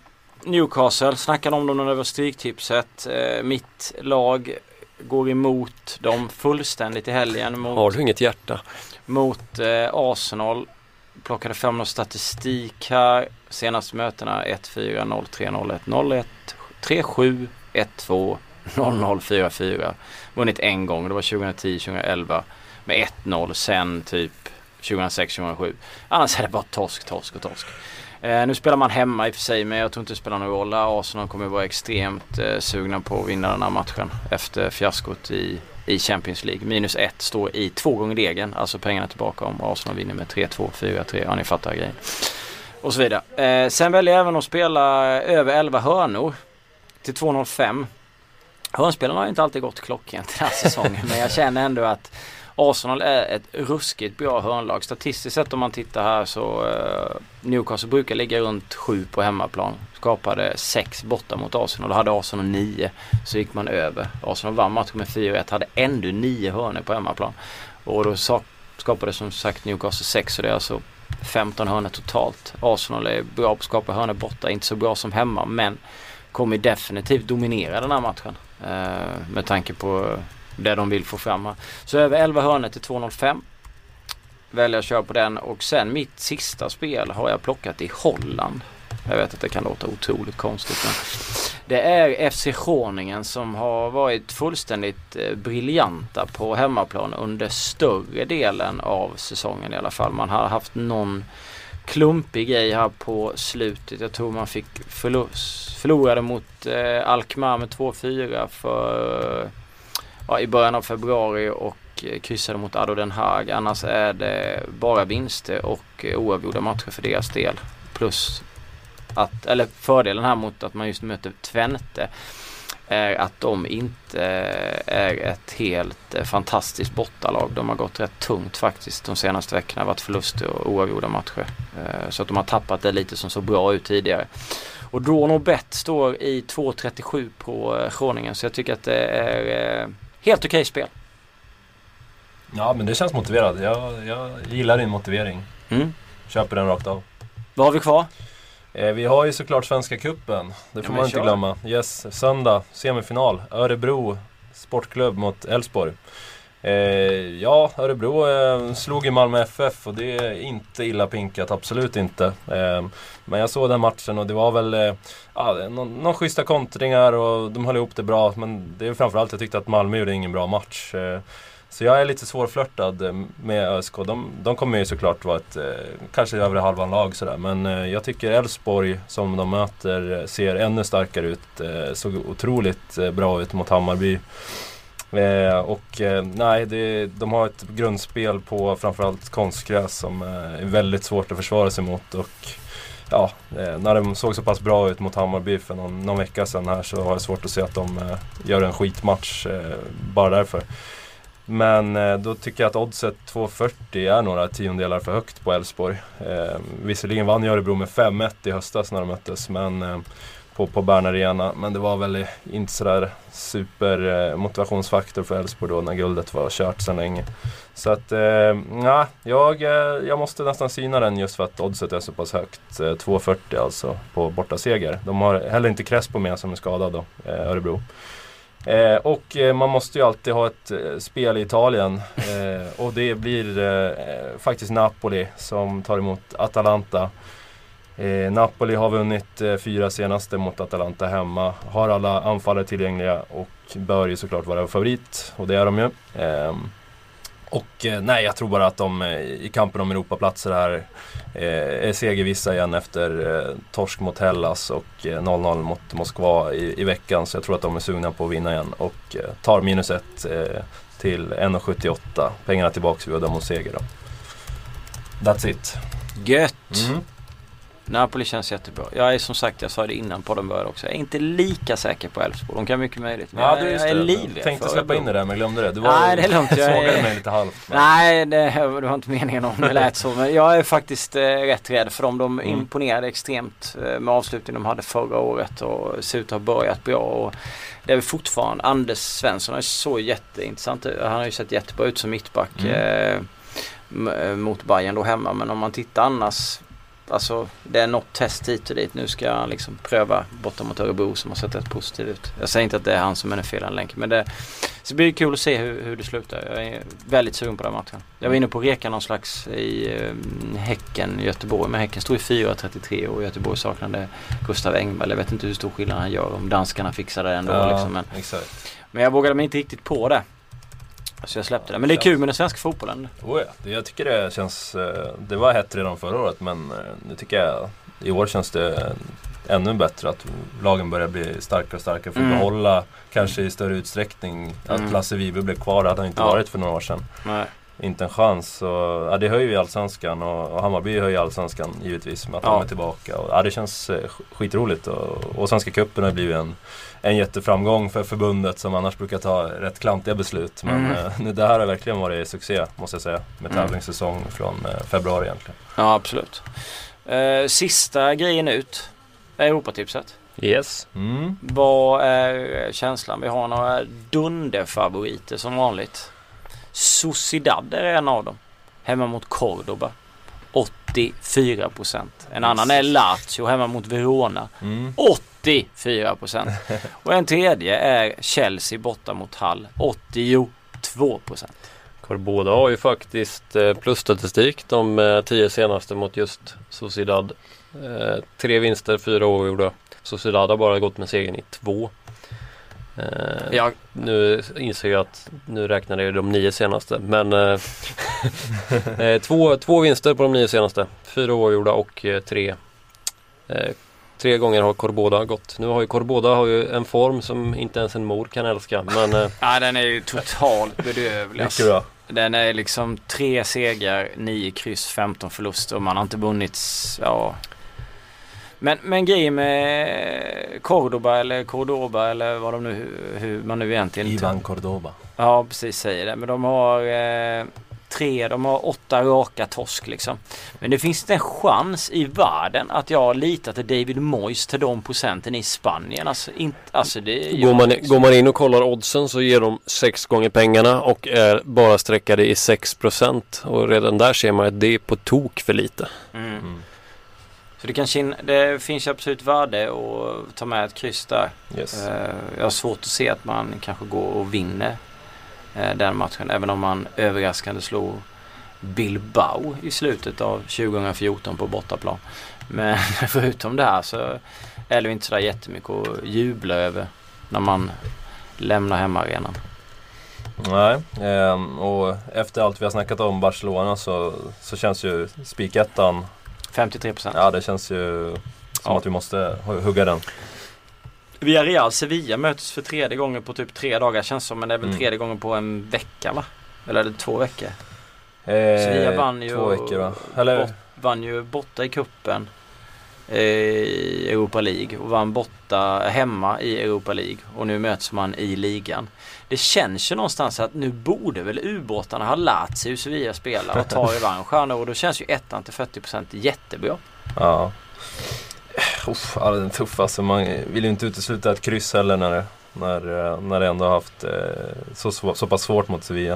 Newcastle, snackade om dem när det var stryktipset. Eh, mitt lag går emot dem fullständigt i helgen. Mot, har du inget hjärta? Mot eh, Arsenal. Plockade fram någon statistik här. Senaste mötena ett fyra, noll tre, noll ett, noll ett, tre sju, ett två, noll noll, fyra fyra. Vunnit en gång, det var tjugohundratio tjugoelva med ett noll, sen typ tjugohundrasex tjugohundrasju. Annars är det bara torsk, torsk och torsk. Eh, nu spelar man hemma i och för sig, men jag tror inte det spelar någon roll. Arsenal kommer vara extremt eh, sugna på att vinna den här matchen efter fiaskot i, i Champions League. Minus ett står i två gånger degen, alltså pengarna tillbaka om Arsenal vinner med tre två, fyra tre. Ja, ni fattar grejen. Och så vidare. Eh, sen väljer jag även att spela över elva hörnor till två noll fem. Hörnspelarna har inte alltid gått klockan till den här säsongen, men jag känner ändå att Arsenal är ett ruskigt bra hörnlag. Statistiskt sett om man tittar här så uh, Newcastle brukar ligga runt sju på hemmaplan. Skapade sex borta mot Arsenal. Då hade Arsenal nio. Så gick man över. Arsenal vann matchen med fyra ett. Hade ändå nio hörnor på hemmaplan. Och då skapade som sagt Newcastle sex. Så det är alltså femton hörnor totalt. Arsenal är bra på att skapa hörnor borta. Inte så bra som hemma. Men kommer definitivt dominera den här matchen. Uh, med tanke på det de vill få fram här. Så över elva hörnor till två noll fem. Väljer att köra på den. Och sen mitt sista spel har jag plockat i Holland. Jag vet att det kan låta otroligt konstigt, men det är F C Groningen som har varit fullständigt eh, briljanta på hemmaplan under större delen av säsongen i alla fall. Man har haft någon klumpig grej här på slutet. Jag tror man fick förlust, förlorade mot eh, Alkmaar med två fyra för ja, i början av februari och kryssade mot Ado Den Haag. Annars är det bara vinster och oavgjorda matcher för deras del. Plus att, eller fördelen här mot att man just möter Twente är att de inte är ett helt fantastiskt bortalag. De har gått rätt tungt faktiskt de senaste veckorna. Varit förluster och oavgjorda matcher. Så att de har tappat det lite som så bra ut tidigare. Och draw no bet står i två trettiosju på Groningen. Så jag tycker att det är helt okej spel. Ja, men det känns motiverat. Jag, jag gillar din motivering. Mm. Köper den rakt av. Vad har vi kvar? Eh, vi har ju såklart Svenska Cupen. Det får ja, man inte kör. glömma. Yes, söndag, semifinal. Örebro Sportklubb mot Elfsborg. Eh, ja, Örebro eh, slog i Malmö F F och det är inte illa pinkat, absolut inte. Eh, men jag såg den matchen och det var väl eh, ja, någon, någon schyssta kontringar och de höll ihop det bra. Men det är framförallt jag tyckte att Malmö gjorde ingen bra match. Eh, Så jag är lite svårflörtad med ÖSK. De, de kommer ju såklart vara ett, kanske över halvan lag sådär. Men jag tycker Elfsborg som de möter ser ännu starkare ut. Såg otroligt bra ut mot Hammarby. Och nej, det, de har ett grundspel på framförallt konstgräs som är väldigt svårt att försvara sig mot. Och ja, när de såg så pass bra ut mot Hammarby för någon, någon vecka sedan här så har jag svårt att se att de gör en skitmatch bara därför. Men eh, då tycker jag att oddset två fyrtio är några tiondelar för högt på Elfsborg. Eh, visserligen vann Örebro med fem ett i höstas när de möttes. Men eh, på, på Bern Arena. Men det var väl inte sådär super eh, motivationsfaktor för Elfsborg då när guldet var kört sedan länge. Så att, eh, ja, jag, eh, jag måste nästan syna den just för att oddset är så pass högt. Eh, två fyrtio alltså på bortaseger. De har heller inte Crespo med som är skadad då, eh, Örebro. Eh, och eh, man måste ju alltid ha ett eh, spel i Italien. Eh, och det blir eh, faktiskt Napoli som tar emot Atalanta. Eh, Napoli har vunnit eh, fyra senaste mot Atalanta hemma. Har alla anfallare tillgängliga och bör ju såklart vara favorit. Och det är de ju. Eh, och eh, nej, jag tror bara att de eh, i kampen om Europaplatser här eh, är segervissa igen efter eh, torsk mot Hellas och eh, noll noll mot Moskva i, i veckan. Så jag tror att de är sugna på att vinna igen och eh, tar minus ett eh, till en komma sjuttioåtta. Pengarna tillbaka vid Udda mot seger då. That's it. Gött! Mm. Napoli känns jättebra. Jag är som sagt, jag sa det innan på den början också. Jag är inte lika säker på Elfsborg. De kan mycket möjligt. Men Ja, jag, du jag är livlig. Jag tänkte för släppa Örebro. in det där men glömde det. Du var, Nej, det är lugnt. Jag är- sågade mig lite halvt. Men. Nej, det, det var inte meningen om det lät så. Men jag är faktiskt eh, rätt rädd för dem. De Mm. imponerade extremt eh, med avslutningen de hade förra året och ser ut att ha börjat bra. Och det är väl fortfarande Anders Svensson. Han så jätteintressant. Han har ju sett jättebra ut som mittback Mm. eh, m- mot Bayern då hemma. Men om man tittar annars, alltså det är något test hit och dit. Nu ska han liksom pröva borta mot Örebro som har sett rätt positivt ut. Jag säger inte att det är han som är den fel länk, men det, så det blir kul att se hur, hur det slutar. Jag är väldigt sugen på den matchen. Jag var inne på reka någon slags i um, Häcken i Göteborg, men Häcken stod i fyra trettiotre och Göteborg saknade Gustav Engvall. Jag vet inte hur stor skillnad han gör om danskarna fixar det ändå. Ja, Liksom, men, exakt. men jag vågade mig inte riktigt på det. Så jag släppte det. Men det är kul med den svenska fotbollen. Oh ja, det, jag tycker det känns, eh, det var hett redan förra året men eh, nu tycker jag i år känns det eh, ännu bättre att lagen börjar bli starkare och starkare för att Mm. behålla kanske i större utsträckning att Mm. Lasse Vibe blev kvar. Det hade han inte Ja. varit för några år sedan. Nej. Inte en chans. Så, ja, det höjer ju Allsvenskan och, och Hammarby höjer Allsvenskan givetvis med att Ja. de är tillbaka. Och, ja, det känns eh, skitroligt och, och Svenska cupen har blivit en, en jätteframgång för förbundet som annars brukar ta rätt klantiga beslut. Men Mm. eh, nu det här har verkligen varit succé måste jag säga med Mm. tävlingssäsong från eh, februari egentligen. Ja, absolut. Eh, sista grejen ut är Europatipset. Yes. Mm. Vad är känslan? Vi har några dunderfavoriter som vanligt. Sociedad är en av dem. Hemma mot Cordoba. åttiofyra procent. En annan är Lazio hemma mot Verona. Mm. åttiofyra procent. Och en tredje är Chelsea borta mot Hull. åttiotvå procent. Corboda har ju faktiskt eh, plusstatistik de eh, tio senaste mot just Sociedad. Eh, tre vinster, fyra oavgjorda. Sociedad har bara gått med segern i två. Eh, Ja, Nu inser jag att nu räknar jag de nio senaste. Men eh, eh, två, två vinster på de nio senaste. Fyra oavgjorda och eh, tre. Eh, tre gånger har Corboda gått. Nu har ju Corboda har ju en form som inte ens en mor kan älska. Men eh, ja, den är ju totalt bedrövlig. Mycket bra. Den är liksom tre segrar, nio kryss, femton förluster och man har inte vunnit. Ja. Men, men grejen med Cordoba eller Cordoba eller vad de nu, hur man nu egentligen Ivan Cordoba. Ja, precis säger det. Men de har eh, tre, de har åtta raka torsk liksom. Men det finns inte en chans i världen att jag litar till David Moyes till de procenten i Spanien. Alltså, inte, alltså det är går, man, går man in och kollar oddsen så ger de sex gånger pengarna och är bara sträckade i sex procent. Och redan där ser man att det är på tok för lite. Mm. Mm. Så det, kanske, det finns ju absolut värde att ta med ett kryss där. Yes. Eh, jag har svårt att se att man kanske går och vinner eh, den matchen. Även om man överraskande slog Bilbao i slutet av tjugohundrafjorton på bortaplan. Men förutom det här så är det inte så där jättemycket att jubla över när man lämnar hemmaarenan. Nej, ehm, och efter allt vi har snackat om Barcelona så, så känns ju spikettan, femtiotre procent. ja det känns ju som Ja. att vi måste hu- hugga den. Villarreal Sevilla möts för tredje gången på typ tre dagar känns som, men det är väl Mm. tredje gången på en vecka va? Eller är det två veckor? Eh, Sevilla vann ju två veckor va? Eller? bort, vann ju borta i kuppen eh, i Europa League och vann borta hemma i Europa League och nu möts man i ligan. Det känns ju någonstans att nu borde väl ubåtarna ha lärt sig hur Sevilla spelar och ta revansch här nu, och då känns ju ettan till fyrtio procent jättebra. Ja. uff, ja, den är tuff. Alltså, man vill ju inte utesluta ett kryss heller när det, när, när det ändå har haft eh, så, så pass svårt mot Sevilla.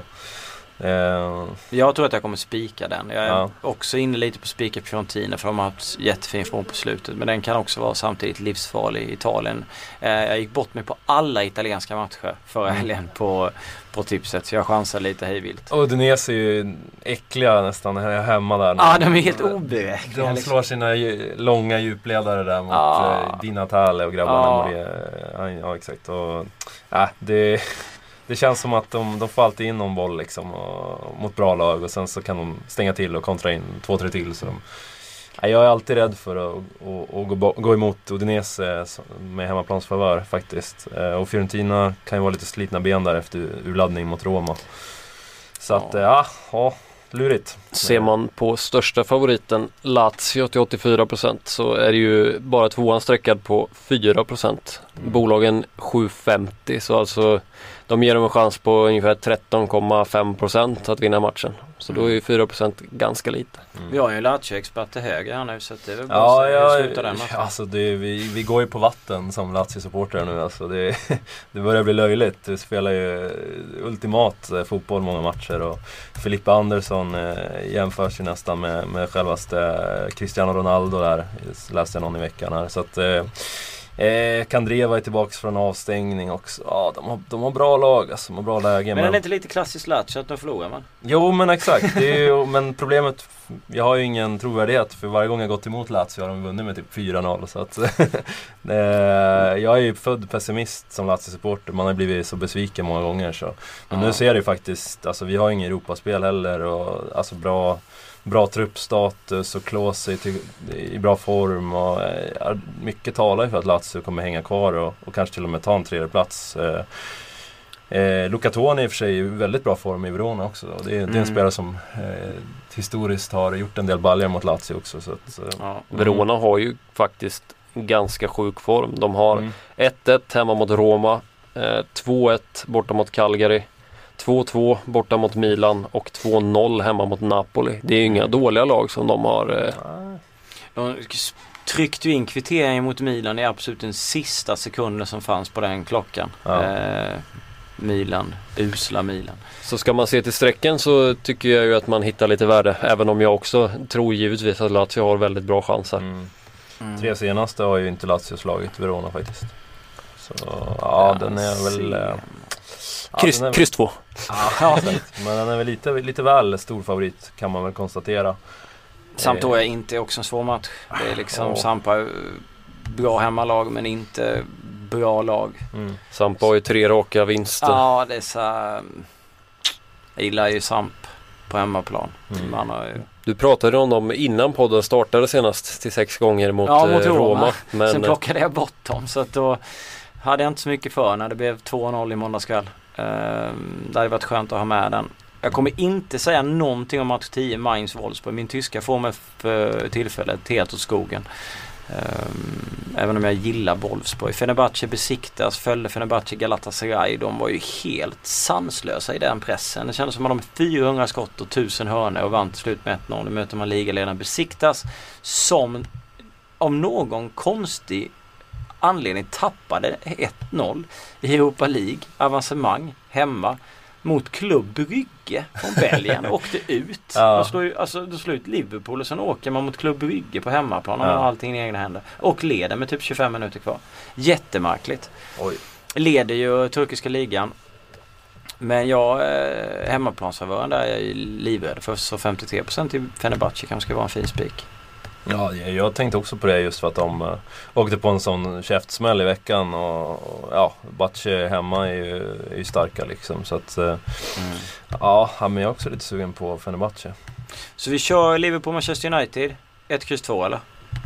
Eh, Jag tror att jag kommer spika den. Jag är Ja. också inne lite på spika Fiorentina för de har haft jättefin form på slutet. Men den kan också vara samtidigt livsfarlig i Italien. Eh, jag gick bort mig på alla italienska matcher förra helgen på, på tipset. Så jag chansar lite hejvilt. och Udinese är ju äckliga nästan här hemma där. Ja, ah, de är helt oberäkneliga. De slår sina ju, långa djupledare där mot Ah. eh, Di Natale och grabbarna. Ah. Ja. Ja, ja, exakt. Och, ja, det, det känns som att de, de får alltid in någon boll liksom, och, mot bra lag. Och sen så kan de stänga till och kontra in två, tre till. Så de, ja, jag är alltid rädd för att, att, att gå, gå emot Udinese med hemmaplansfavör faktiskt. Eh, Och Fiorentina kan ju vara lite slitna ben där efter urladdning mot Roma. Så att, Ja. ja, ja lurigt. Ser man på största favoriten Lazio till åttiofyra procent så är det ju bara tvåan sträckad på fyra procent. Mm. Bolagen sju femtio, så alltså de ger dem en chans på ungefär tretton komma fem procent att vinna matchen. Så då är ju fyra procent ganska lite. Vi har ju Lazio-expert till höger här nu så att det är väl bara Ja, att ja, sluta den matchen. alltså det, vi, vi går ju på vatten som Lazio-supportrar nu. Alltså det, det börjar bli löjligt. Vi spelar ju ultimat eh, fotboll många matcher. Och Filippe Andersson eh, jämförs ju nästan med, med självaste Cristiano Ronaldo där. Läste jag någon i veckan här. Så att, eh, eh, Kandreva är tillbaka från avstängning också. Ja, de har, de har bra lag, alltså, de har bra läge. Men är det inte lite klassiskt Lazio att de förlorar man? Jo, men exakt. Det är ju, men problemet, jag har ju ingen trovärdighet för varje gång jag gått emot Lazio har de vunnit med typ fyra noll. Så att, eh, jag är ju född pessimist som Lazio-supporter. Man har blivit så besviken många gånger. Så. Men Ja. nu ser det ju faktiskt, alltså vi har ingen Europaspel heller. Och, alltså bra, bra truppstatus och Klose i, i bra form. Och, eh, mycket talar ju för att Lazio kommer hänga kvar och, och kanske till och med ta en tredje plats. Eh, Eh, Luca Toni i och för sig är i väldigt bra form i Verona också. Och det, är, det är en Mm. spelare som eh, historiskt har gjort en del baljor mot Lazio också. Så att, eh, Ja. Verona har ju faktiskt ganska sjuk form. De har mm. ett ett hemma mot Roma, eh, två ett borta mot Cagliari, två två borta mot Milan och två noll hemma mot Napoli. Det är ju inga dåliga lag som de har. Eh, Ah, De tryckte ju in kvitteringen mot Milan i absolut den sista sekunden som fanns på den klockan. Ja. Eh, Milan, usla Milan. Så ska man se till sträcken så tycker jag ju att man hittar lite värde. Även om jag också tror givetvis att Lazio har väldigt bra chanser. mm. Mm. Tre senaste har ju inte Lazio slagit Verona faktiskt. Så ja, den är väl... Eh, ja, Kryss, den är, kryss två. ja, exakt. Men den är väl lite, lite väl stor favorit kan man väl konstatera. Sampdoria är inte också en svår match. Det är liksom Ja. Sampa eh, bra hemmalag men inte bra lag. Mm. Sampa har ju tre raka vinster. Ja, det är så här, jag gillar ju Samp på hemmaplan. Mm. Man har ju, Du pratade om dem innan podden startade senast till sex gånger mot, Ja, mot eh, Roma. Roma. Men sen plockade jag bort dem så att då hade jag inte så mycket för när det blev två noll i måndagskväll. Ehm, det hade varit skönt att ha med den. Jag kommer inte säga någonting om match tio Mainz Wolfsburg. Min tyska får mig för tillfället helt åt skogen. Um, även om jag gillar Wolfsburg. Fenerbahce besiktas, följde Fenerbahce Galatasaray. De var ju helt sanslösa i den pressen. Det kändes som att de hade fyrahundra skott och tusen hörnor och vann till slut med ett noll. Nu möter man ligaledaren besiktas som om någon konstig anledning tappade ett noll i Europa League. Avancemang hemma mot Club Brygge från Belgien. Åkte ut. Ja. De slår ju, alltså, de slår ut Liverpool och sen åker man mot Club Brygge på hemmaplan och Ja. har allting i egna händer. Och leder med typ tjugofem minuter kvar. Jättemärkligt. Oj. Leder ju turkiska ligan. Men jag, eh, hemmaplansfavören där är jag ju livrädd för. Så femtiotre procent i Fenerbahce kanske ska vara en fin spik. Ja, jag tänkte också på det just för att de uh, åkte på en sån käftsmäll i veckan och, och ja, Bacche hemma är ju, är ju starka liksom så att uh, Mm. ja, men jag är också lite sugen på Fenerbahce. Så vi kör Liverpool Manchester United ett kryss två eller?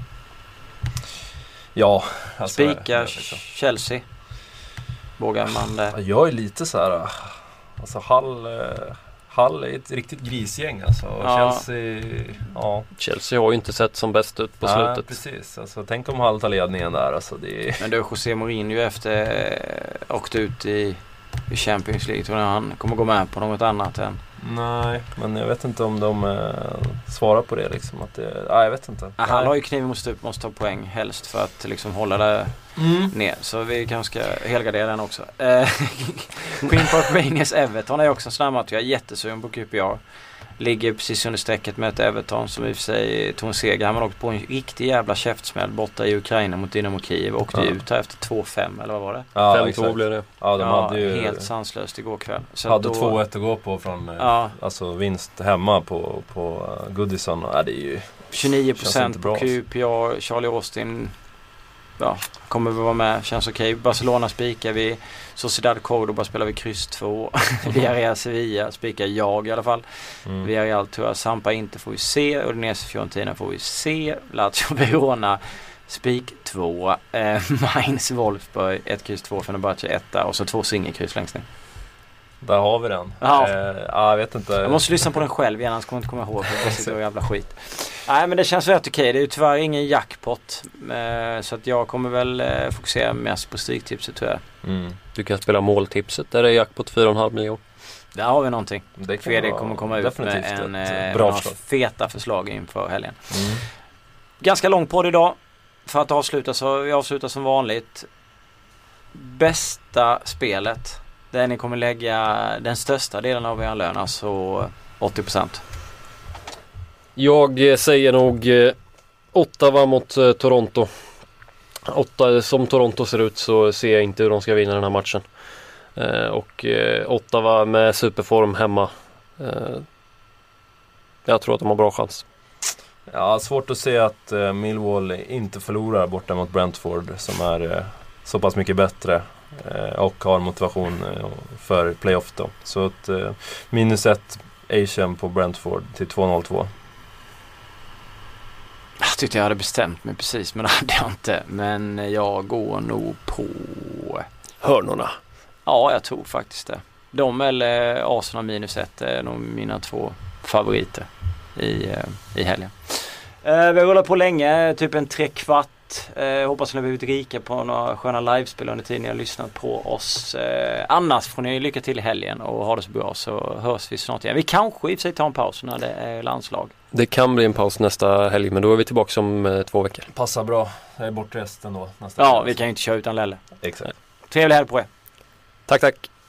Ja, alltså, Spika jag, jag, Chelsea. Vågar man det? jag är lite så här alltså Hall uh, Hall är ett riktigt grisgäng alltså. Ja. Chelsea, ja. Chelsea har ju inte sett som bäst ut på Nej, slutet. precis. Alltså, tänk om Hall tar ledningen där. Alltså, det är... Men då José Mourinho efter eh, åkte ut i, i Champions League. Tror jag han kommer gå med på något annat än Nej, men jag vet inte om de eh, svarar på det liksom. Att det, nej, jag vet inte. Ah, han har ju kniven måste, måste ta poäng helst för att liksom hålla det mm. ner. Så vi kanske ska helgardera den också. Eh, Queen Park Rangers Everton är också en snabb match. Jag är jättesugen på Q P R. Ligger precis under strecket med Everton som i och för sig tog en seger. Han har åkt på en riktig jävla käftsmäll borta i Ukraina mot Dynamo Kiev. Åkte ja. ut här efter två fem eller vad var det? Ja, fem två blev det. Ja, de ja, hade ju helt sanslöst igår kväll. Så hade då, två ett att gå på från ja. alltså vinst hemma på, på Goodison. Ja, det är ju tjugonio procent på Q P R. Charlie Austin ja, kommer vi vara med, känns okej. Okay. Barcelona spikar vi, Sociedad Cordoba spelar vi kryss två. Villarreal Sevilla spikar jag i alla fall. Mm. Villarreal tror jag Sampa inte får vi se. Udinese Fiorentina får vi se. Lazio Verona spik två. Eh, Mainz Wolfsburg ett kryss två, Fenerbahce etta och så två singelkryss längst ner. Där har vi den. Ja. Eh, jag vet inte. Jag måste lyssna på den själv igen, annars kommer jag inte komma ihåg. Det är så jävla skit. Nej, men det känns rätt okej. Det är ju tyvärr ingen jackpot. Eh, så att jag kommer väl eh, fokusera mest på stryktipset tror jag. Mm. Du kan spela måltipset. Där är jackpot fyra komma fem miljoner. Där har vi någonting. Det Fredrik kommer komma ut med en eh, bra feta förslag inför helgen. Mm. Ganska lång podd idag. För att avsluta så vi avslutar som vanligt. Bästa spelet. Där ni kommer lägga den största delen av er lön, alltså åttio procent. Jag säger nog eh, Ottawa mot eh, Toronto. Åtta, som Toronto ser ut så ser jag inte hur de ska vinna den här matchen. Eh, och eh, Ottawa med superform hemma. Eh, jag tror att de har bra chans. Ja, svårt att se att eh, Millwall inte förlorar borta mot Brentford som är eh, så pass mycket bättre. Och har motivation för playoff då. Så att eh, minus ett Asian på Brentford till två noll två. Jag tyckte jag hade bestämt mig precis, men det hade jag inte. Men jag går nog på hörnorna. Ja, jag tror faktiskt det. De eller Arsenal minus ett är nog mina två favoriter i, i helgen. Eh, vi håller på länge, typ en tre kvart. Eh, hoppas att ni har blivit rika på några sköna livespel under tiden ni har lyssnat på oss. Eh, annars får ni lycka till i helgen och ha det så bra, så hörs vi snart igen. Vi kanske i och för sig tar en paus när det är landslag. Det kan bli en paus nästa helg, men då är vi tillbaka om eh, två veckor. Passar bra. Jag är bortrest ändå nästa Ja, helg. vi kan ju inte köra utan Lelle. Exakt. Trevlig helg på er. Tack, tack.